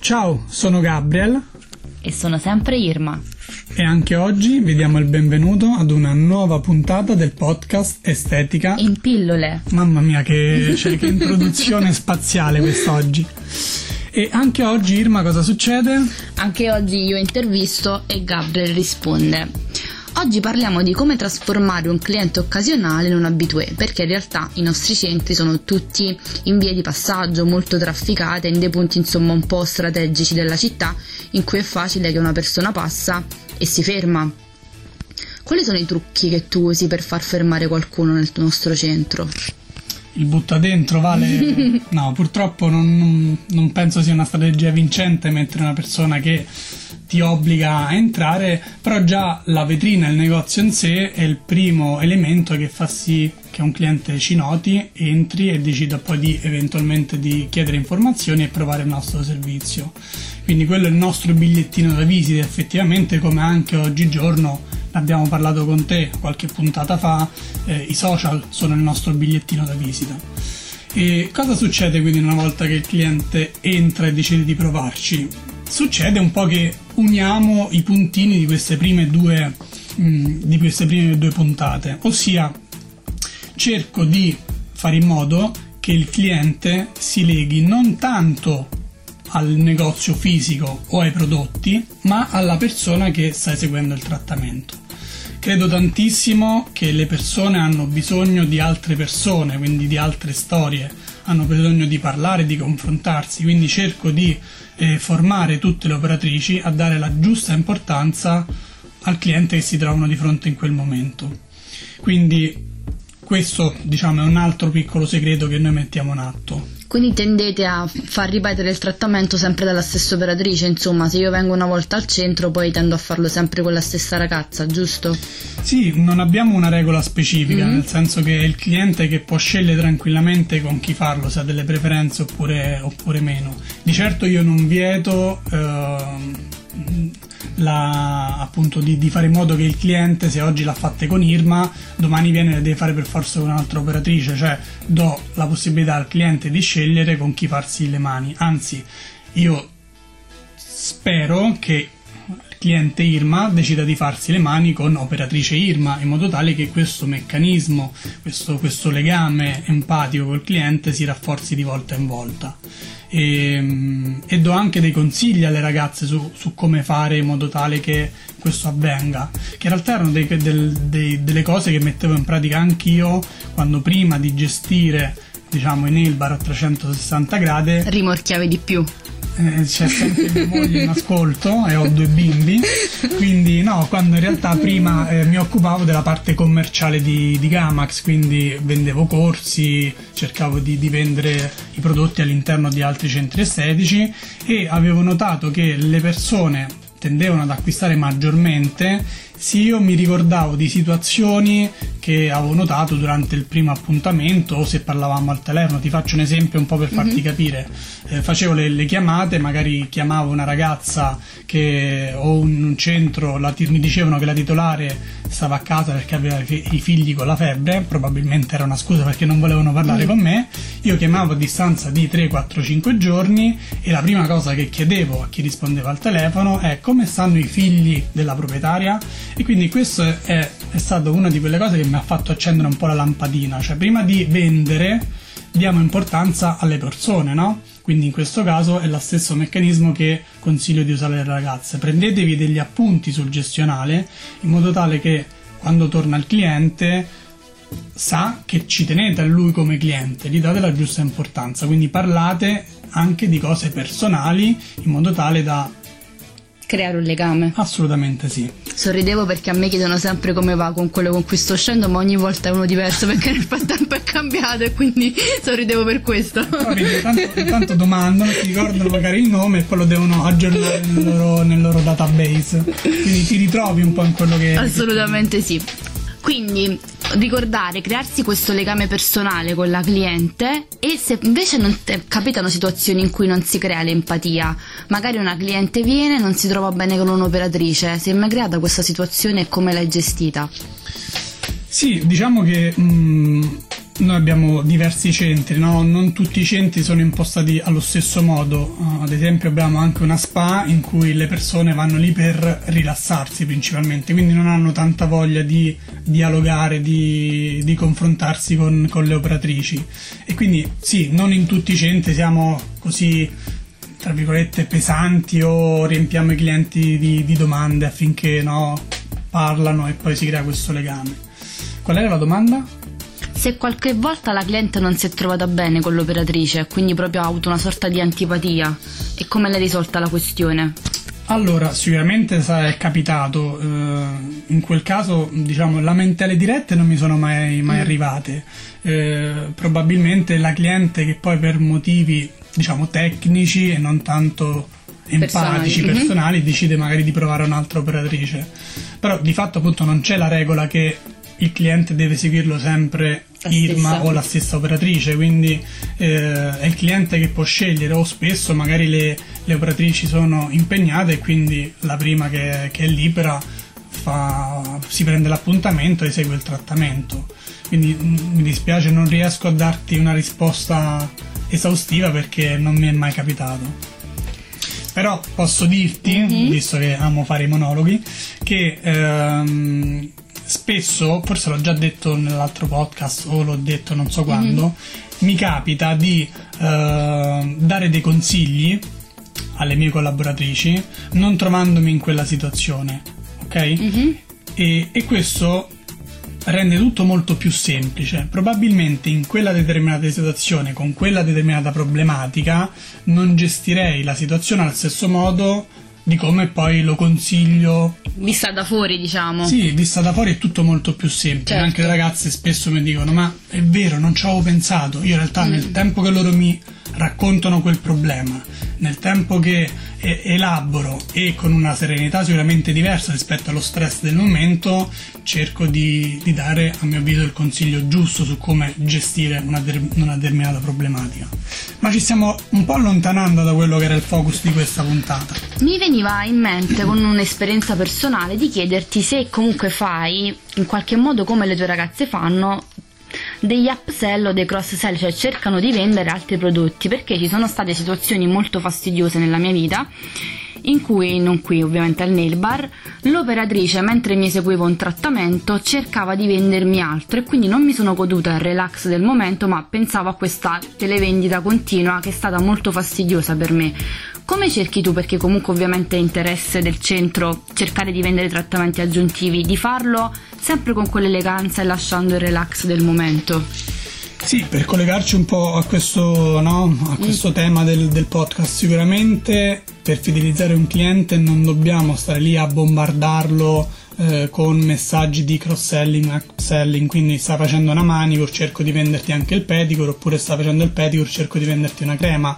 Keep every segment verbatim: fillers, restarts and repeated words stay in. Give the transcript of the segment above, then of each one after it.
Ciao, sono Gabriel e sono sempre Irma e anche oggi vi diamo il benvenuto ad una nuova puntata del podcast Estetica in pillole. Mamma mia, che, cioè, che introduzione spaziale quest'oggi. E anche oggi, Irma, cosa succede? Anche oggi io intervisto e Gabriel risponde. Oggi parliamo di come trasformare un cliente occasionale in un habitué, perché in realtà i nostri centri sono tutti in vie di passaggio, molto trafficate, in dei punti insomma un po' strategici della città, in cui è facile che una persona passa e si ferma. Quali sono i trucchi che tu usi per far fermare qualcuno nel nostro centro? Il butta dentro vale? No, purtroppo non, non, non penso sia una strategia vincente mettere una persona che ti obbliga a entrare, però già la vetrina, il negozio in sé è il primo elemento che fa sì che un cliente ci noti, entri e decida poi di eventualmente di chiedere informazioni e provare il nostro servizio. Quindi quello è il nostro bigliettino da visita, effettivamente, come anche oggigiorno abbiamo parlato con te qualche puntata fa, eh, i social sono il nostro bigliettino da visita. E cosa succede quindi una volta che il cliente entra e decide di provarci? Succede un po' che uniamo i puntini di queste prime due mh, di queste prime due puntate, ossia cerco di fare in modo che il cliente si leghi non tanto al negozio fisico o ai prodotti, ma alla persona che sta eseguendo il trattamento. Credo tantissimo che le persone hanno bisogno di altre persone, quindi di altre storie, hanno bisogno di parlare, di confrontarsi, quindi cerco di eh, formare tutte le operatrici a dare la giusta importanza al cliente che si trovano di fronte in quel momento. Quindi questo, diciamo, è un altro piccolo segreto che noi mettiamo in atto. Quindi tendete a far ripetere il trattamento sempre dalla stessa operatrice, insomma, se io vengo una volta al centro poi tendo a farlo sempre con la stessa ragazza, giusto? Sì, non abbiamo una regola specifica, mm-hmm. nel senso che è il cliente che può scegliere tranquillamente con chi farlo, se ha delle preferenze oppure, oppure meno. Di certo io non vieto eh, la, appunto di, di fare in modo che il cliente, se oggi l'ha fatte con Irma, domani viene e le deve fare per forza con un'altra operatrice, cioè do la possibilità al cliente di scegliere con chi farsi le mani. Anzi, io spero che il cliente Irma decida di farsi le mani con operatrice Irma, in modo tale che questo meccanismo, questo, questo legame empatico col cliente si rafforzi di volta in volta. E, e do anche dei consigli alle ragazze su, su come fare in modo tale che questo avvenga, che in realtà erano dei, del, dei, delle cose che mettevo in pratica anch'io quando, prima di gestire, diciamo, i nail bar a trecentosessanta gradi, rimorchiavi di più. Eh, c'è sempre mia moglie in ascolto e ho due bimbi, quindi no, quando in realtà prima eh, mi occupavo della parte commerciale di, di Gamax, quindi vendevo corsi, cercavo di, di vendere i prodotti all'interno di altri centri estetici, e avevo notato che le persone tendevano ad acquistare maggiormente se io mi ricordavo di situazioni che avevo notato durante il primo appuntamento o se parlavamo al telefono. Ti faccio un esempio un po' per farti mm-hmm. capire. Eh, facevo le, le chiamate, magari chiamavo una ragazza che o in un centro la, mi dicevano che la titolare stava a casa perché aveva i, i figli con la febbre, probabilmente era una scusa perché non volevano parlare mm. con me. Io chiamavo a distanza di tre, quattro, cinque giorni e la prima cosa che chiedevo a chi rispondeva al telefono è: come stanno i figli della proprietaria? E quindi questo è, è stata una di quelle cose che mi ha fatto accendere un po' la lampadina, cioè prima di vendere diamo importanza alle persone, no? Quindi in questo caso è lo stesso meccanismo che consiglio di usare alle ragazze: prendetevi degli appunti sul gestionale in modo tale che quando torna il cliente sa che ci tenete a lui come cliente, gli date la giusta importanza, quindi parlate anche di cose personali in modo tale da creare un legame. Assolutamente sì. Sorridevo perché a me chiedono sempre come va con quello con cui sto uscendo, ma ogni volta è uno diverso perché nel frattempo è cambiato, e quindi sorridevo per questo. Però tanto, tanto domandano, ti ricordano magari il nome e poi lo devono aggiornare nel loro, nel loro database, quindi ti ritrovi un po' in quello che... Assolutamente sì. Quindi ricordare, crearsi questo legame personale con la cliente, e se invece non te, capitano situazioni in cui non si crea l'empatia, magari una cliente viene, non si trova bene con un'operatrice, si è mai creata questa situazione e come l'hai gestita? Sì, diciamo che mh, noi abbiamo diversi centri, no? Non tutti i centri sono impostati allo stesso modo. Uh, ad esempio abbiamo anche una spa in cui le persone vanno lì per rilassarsi principalmente, quindi non hanno tanta voglia di dialogare, di, di confrontarsi con, con le operatrici. E quindi sì, non in tutti i centri siamo così, tra virgolette, pesanti o riempiamo i clienti di, di domande affinché, no, parlano e poi si crea questo legame. Qual era la domanda? Se qualche volta la cliente non si è trovata bene con l'operatrice, quindi proprio ha avuto una sorta di antipatia, e come l'hai risolta la questione? Allora, sicuramente è capitato, eh, in quel caso diciamo lamentele dirette non mi sono mai, mai mm. arrivate, eh, probabilmente la cliente che poi per motivi diciamo tecnici e non tanto empatici, personali, personali mm-hmm. decide magari di provare un'altra operatrice, però di fatto appunto non c'è la regola che il cliente deve seguirlo sempre la Irma stessa. O la stessa operatrice, quindi eh, è il cliente che può scegliere, o spesso magari le, le operatrici sono impegnate e quindi la prima che, che è libera fa, si prende l'appuntamento e segue il trattamento. Quindi mi dispiace, non riesco a darti una risposta esaustiva perché non mi è mai capitato. Però posso dirti, mm-hmm. visto che amo fare i monologhi, che ehm, spesso, forse l'ho già detto nell'altro podcast o l'ho detto non so quando, mm-hmm. mi capita di eh, dare dei consigli alle mie collaboratrici non trovandomi in quella situazione, ok? Mm-hmm. E, e questo rende tutto molto più semplice. Probabilmente in quella determinata situazione, con quella determinata problematica, non gestirei la situazione allo stesso modo di come poi lo consiglio vista da fuori, diciamo. Sì, vista da fuori è tutto molto più semplice. Certo. Anche le ragazze spesso mi dicono: ma è vero, non ci avevo pensato. Io in realtà mm. nel tempo che loro mi raccontano quel problema, nel tempo che eh, elaboro e con una serenità sicuramente diversa rispetto allo stress del momento, cerco di, di dare a mio avviso il consiglio giusto su come gestire una, de- una determinata problematica. Ma ci stiamo un po' allontanando da quello che era il focus di questa puntata. Mi veniva in mente, con un'esperienza personale, di chiederti se comunque fai in qualche modo come le tue ragazze fanno degli upsell o dei cross sell, cioè cercano di vendere altri prodotti, perché ci sono state situazioni molto fastidiose nella mia vita in cui, non qui ovviamente al nail bar, l'operatrice mentre mi eseguiva un trattamento cercava di vendermi altro e quindi non mi sono goduta il relax del momento, ma pensavo a questa televendita continua che è stata molto fastidiosa per me. Come cerchi tu, perché comunque ovviamente è interesse del centro cercare di vendere trattamenti aggiuntivi, di farlo sempre con quell'eleganza e lasciando il relax del momento? Sì, per collegarci un po' a questo, no, a questo mm. tema del, del podcast, sicuramente per fidelizzare un cliente non dobbiamo stare lì a bombardarlo eh, con messaggi di cross-selling, upselling, quindi sta facendo una manicure, cerco di venderti anche il pedicure, oppure sta facendo il pedicure, cerco di venderti una crema.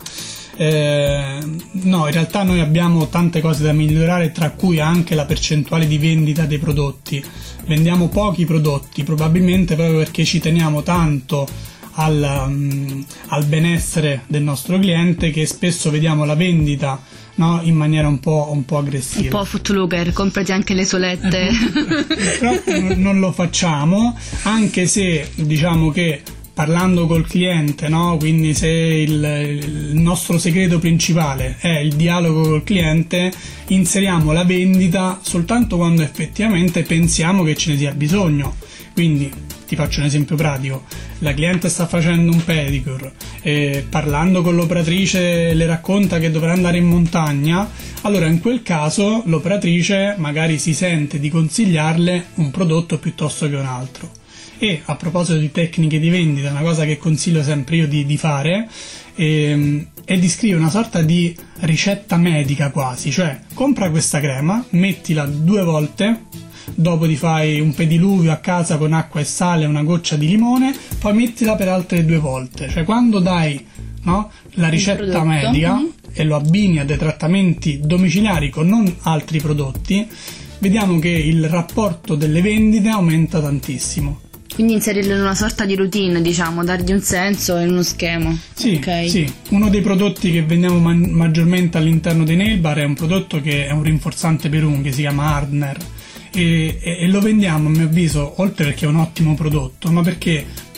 Eh, no, in realtà noi abbiamo tante cose da migliorare, tra cui anche la percentuale di vendita dei prodotti. Vendiamo pochi prodotti, probabilmente proprio perché ci teniamo tanto al, um, al benessere del nostro cliente, che spesso vediamo la vendita, no, in maniera un po', un po' aggressiva. Un po' footlooker, comprati anche le solette. Purtroppo non lo facciamo, anche se diciamo che parlando col cliente, no? Quindi se il, il nostro segreto principale è il dialogo col cliente, inseriamo la vendita soltanto quando effettivamente pensiamo che ce ne sia bisogno. Quindi ti faccio un esempio pratico: la cliente sta facendo un pedicure e parlando con l'operatrice le racconta che dovrà andare in montagna, allora in quel caso l'operatrice magari si sente di consigliarle un prodotto piuttosto che un altro. E a proposito di tecniche di vendita, una cosa che consiglio sempre io di, di fare ehm, è di scrivere una sorta di ricetta medica quasi, cioè compra questa crema, mettila due volte, dopo ti fai un pediluvio a casa con acqua e sale e una goccia di limone, poi mettila per altre due volte, cioè quando dai, no, la ricetta medica mm-hmm. e lo abbini a dei trattamenti domiciliari con non altri prodotti, vediamo che il rapporto delle vendite aumenta tantissimo. Quindi inserirlo in una sorta di routine, diciamo, dargli un senso e uno schema. Sì, okay. Sì. Uno dei prodotti che vendiamo man- maggiormente all'interno dei nail bar è un prodotto che è un rinforzante per unghie, si chiama Hardner, e, e, e lo vendiamo a mio avviso, oltre perché è un ottimo prodotto, ma perché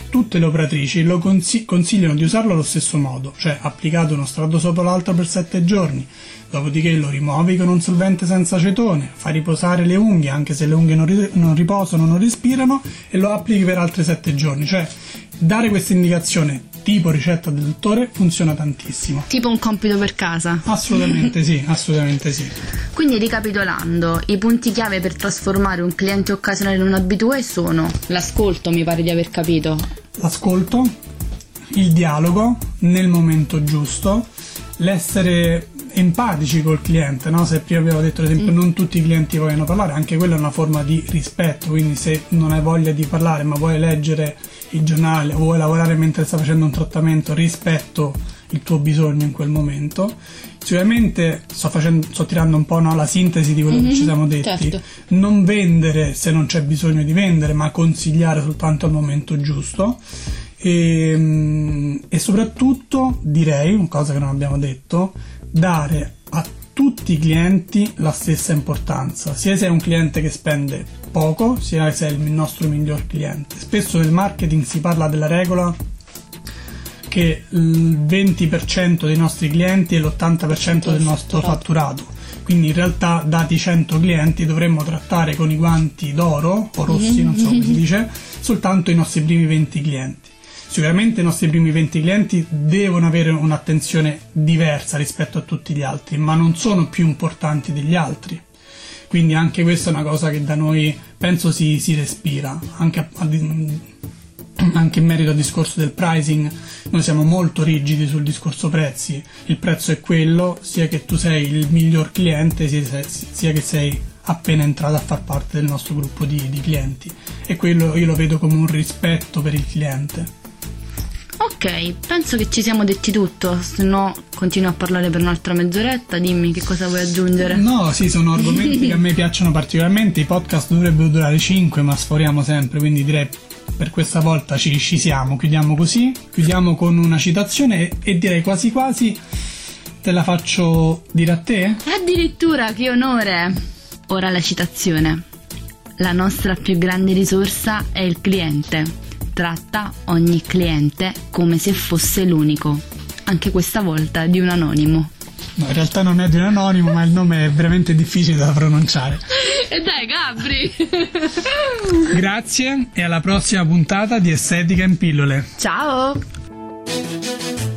tutte le operatrici lo consi- consigliano di usarlo allo stesso modo, cioè applicato uno strato sopra l'altro per sette giorni, dopodiché lo rimuovi con un solvente senza acetone, fai riposare le unghie anche se le unghie non, ri- non riposano, non respirano, e lo applichi per altri sette giorni. Cioè dare questa indicazione tipo ricetta del dottore funziona tantissimo. Tipo un compito per casa. Assolutamente sì, assolutamente sì. Quindi ricapitolando, i punti chiave per trasformare un cliente occasionale in un abitué sono l'ascolto, mi pare di aver capito. L'ascolto, il dialogo nel momento giusto, l'essere empatici col cliente, no? Se prima avevo detto ad esempio mm. non tutti i clienti vogliono parlare, anche quella è una forma di rispetto, quindi se non hai voglia di parlare ma vuoi leggere il giornale o vuoi lavorare mentre stai facendo un trattamento, rispetto il tuo bisogno in quel momento. Sicuramente sto, facendo, sto tirando un po', no, la sintesi di quello mm-hmm, che ci siamo detti, certo. Non vendere se non c'è bisogno di vendere, ma consigliare soltanto al momento giusto. E, e soprattutto direi, una cosa che non abbiamo detto, dare a tutti i clienti la stessa importanza, sia se è un cliente che spende poco, sia se è il nostro miglior cliente. Spesso nel marketing si parla della regola che il venti per cento dei nostri clienti è l'ottanta per cento del nostro fatturato, quindi in realtà dati cento clienti dovremmo trattare con i guanti d'oro o rossi, non so come si dice, soltanto i nostri primi venti clienti. Sicuramente i nostri primi venti clienti devono avere un'attenzione diversa rispetto a tutti gli altri, ma non sono più importanti degli altri. Quindi anche questa è una cosa che da noi penso si, si respira. Anche, a, anche in merito al discorso del pricing, noi siamo molto rigidi sul discorso prezzi. Il prezzo è quello, sia che tu sei il miglior cliente, sia, sia che sei appena entrato a far parte del nostro gruppo di, di clienti. E quello io lo vedo come un rispetto per il cliente. Ok, penso che ci siamo detti tutto, se no continuo a parlare per un'altra mezz'oretta. Dimmi che cosa vuoi aggiungere. No, sì, sono argomenti che a me piacciono particolarmente. I podcast dovrebbero durare cinque, ma sforiamo sempre, quindi direi per questa volta ci, ci siamo, chiudiamo così, chiudiamo con una citazione e, e direi quasi quasi te la faccio dire a te? Addirittura, che onore! Ora la citazione. La nostra più grande risorsa è il cliente. Tratta ogni cliente come se fosse l'unico, anche questa volta di un anonimo. No, in realtà non è di un anonimo, ma il nome è veramente difficile da pronunciare. E dai, Gabri! Grazie e alla prossima puntata di Estetica in pillole. Ciao!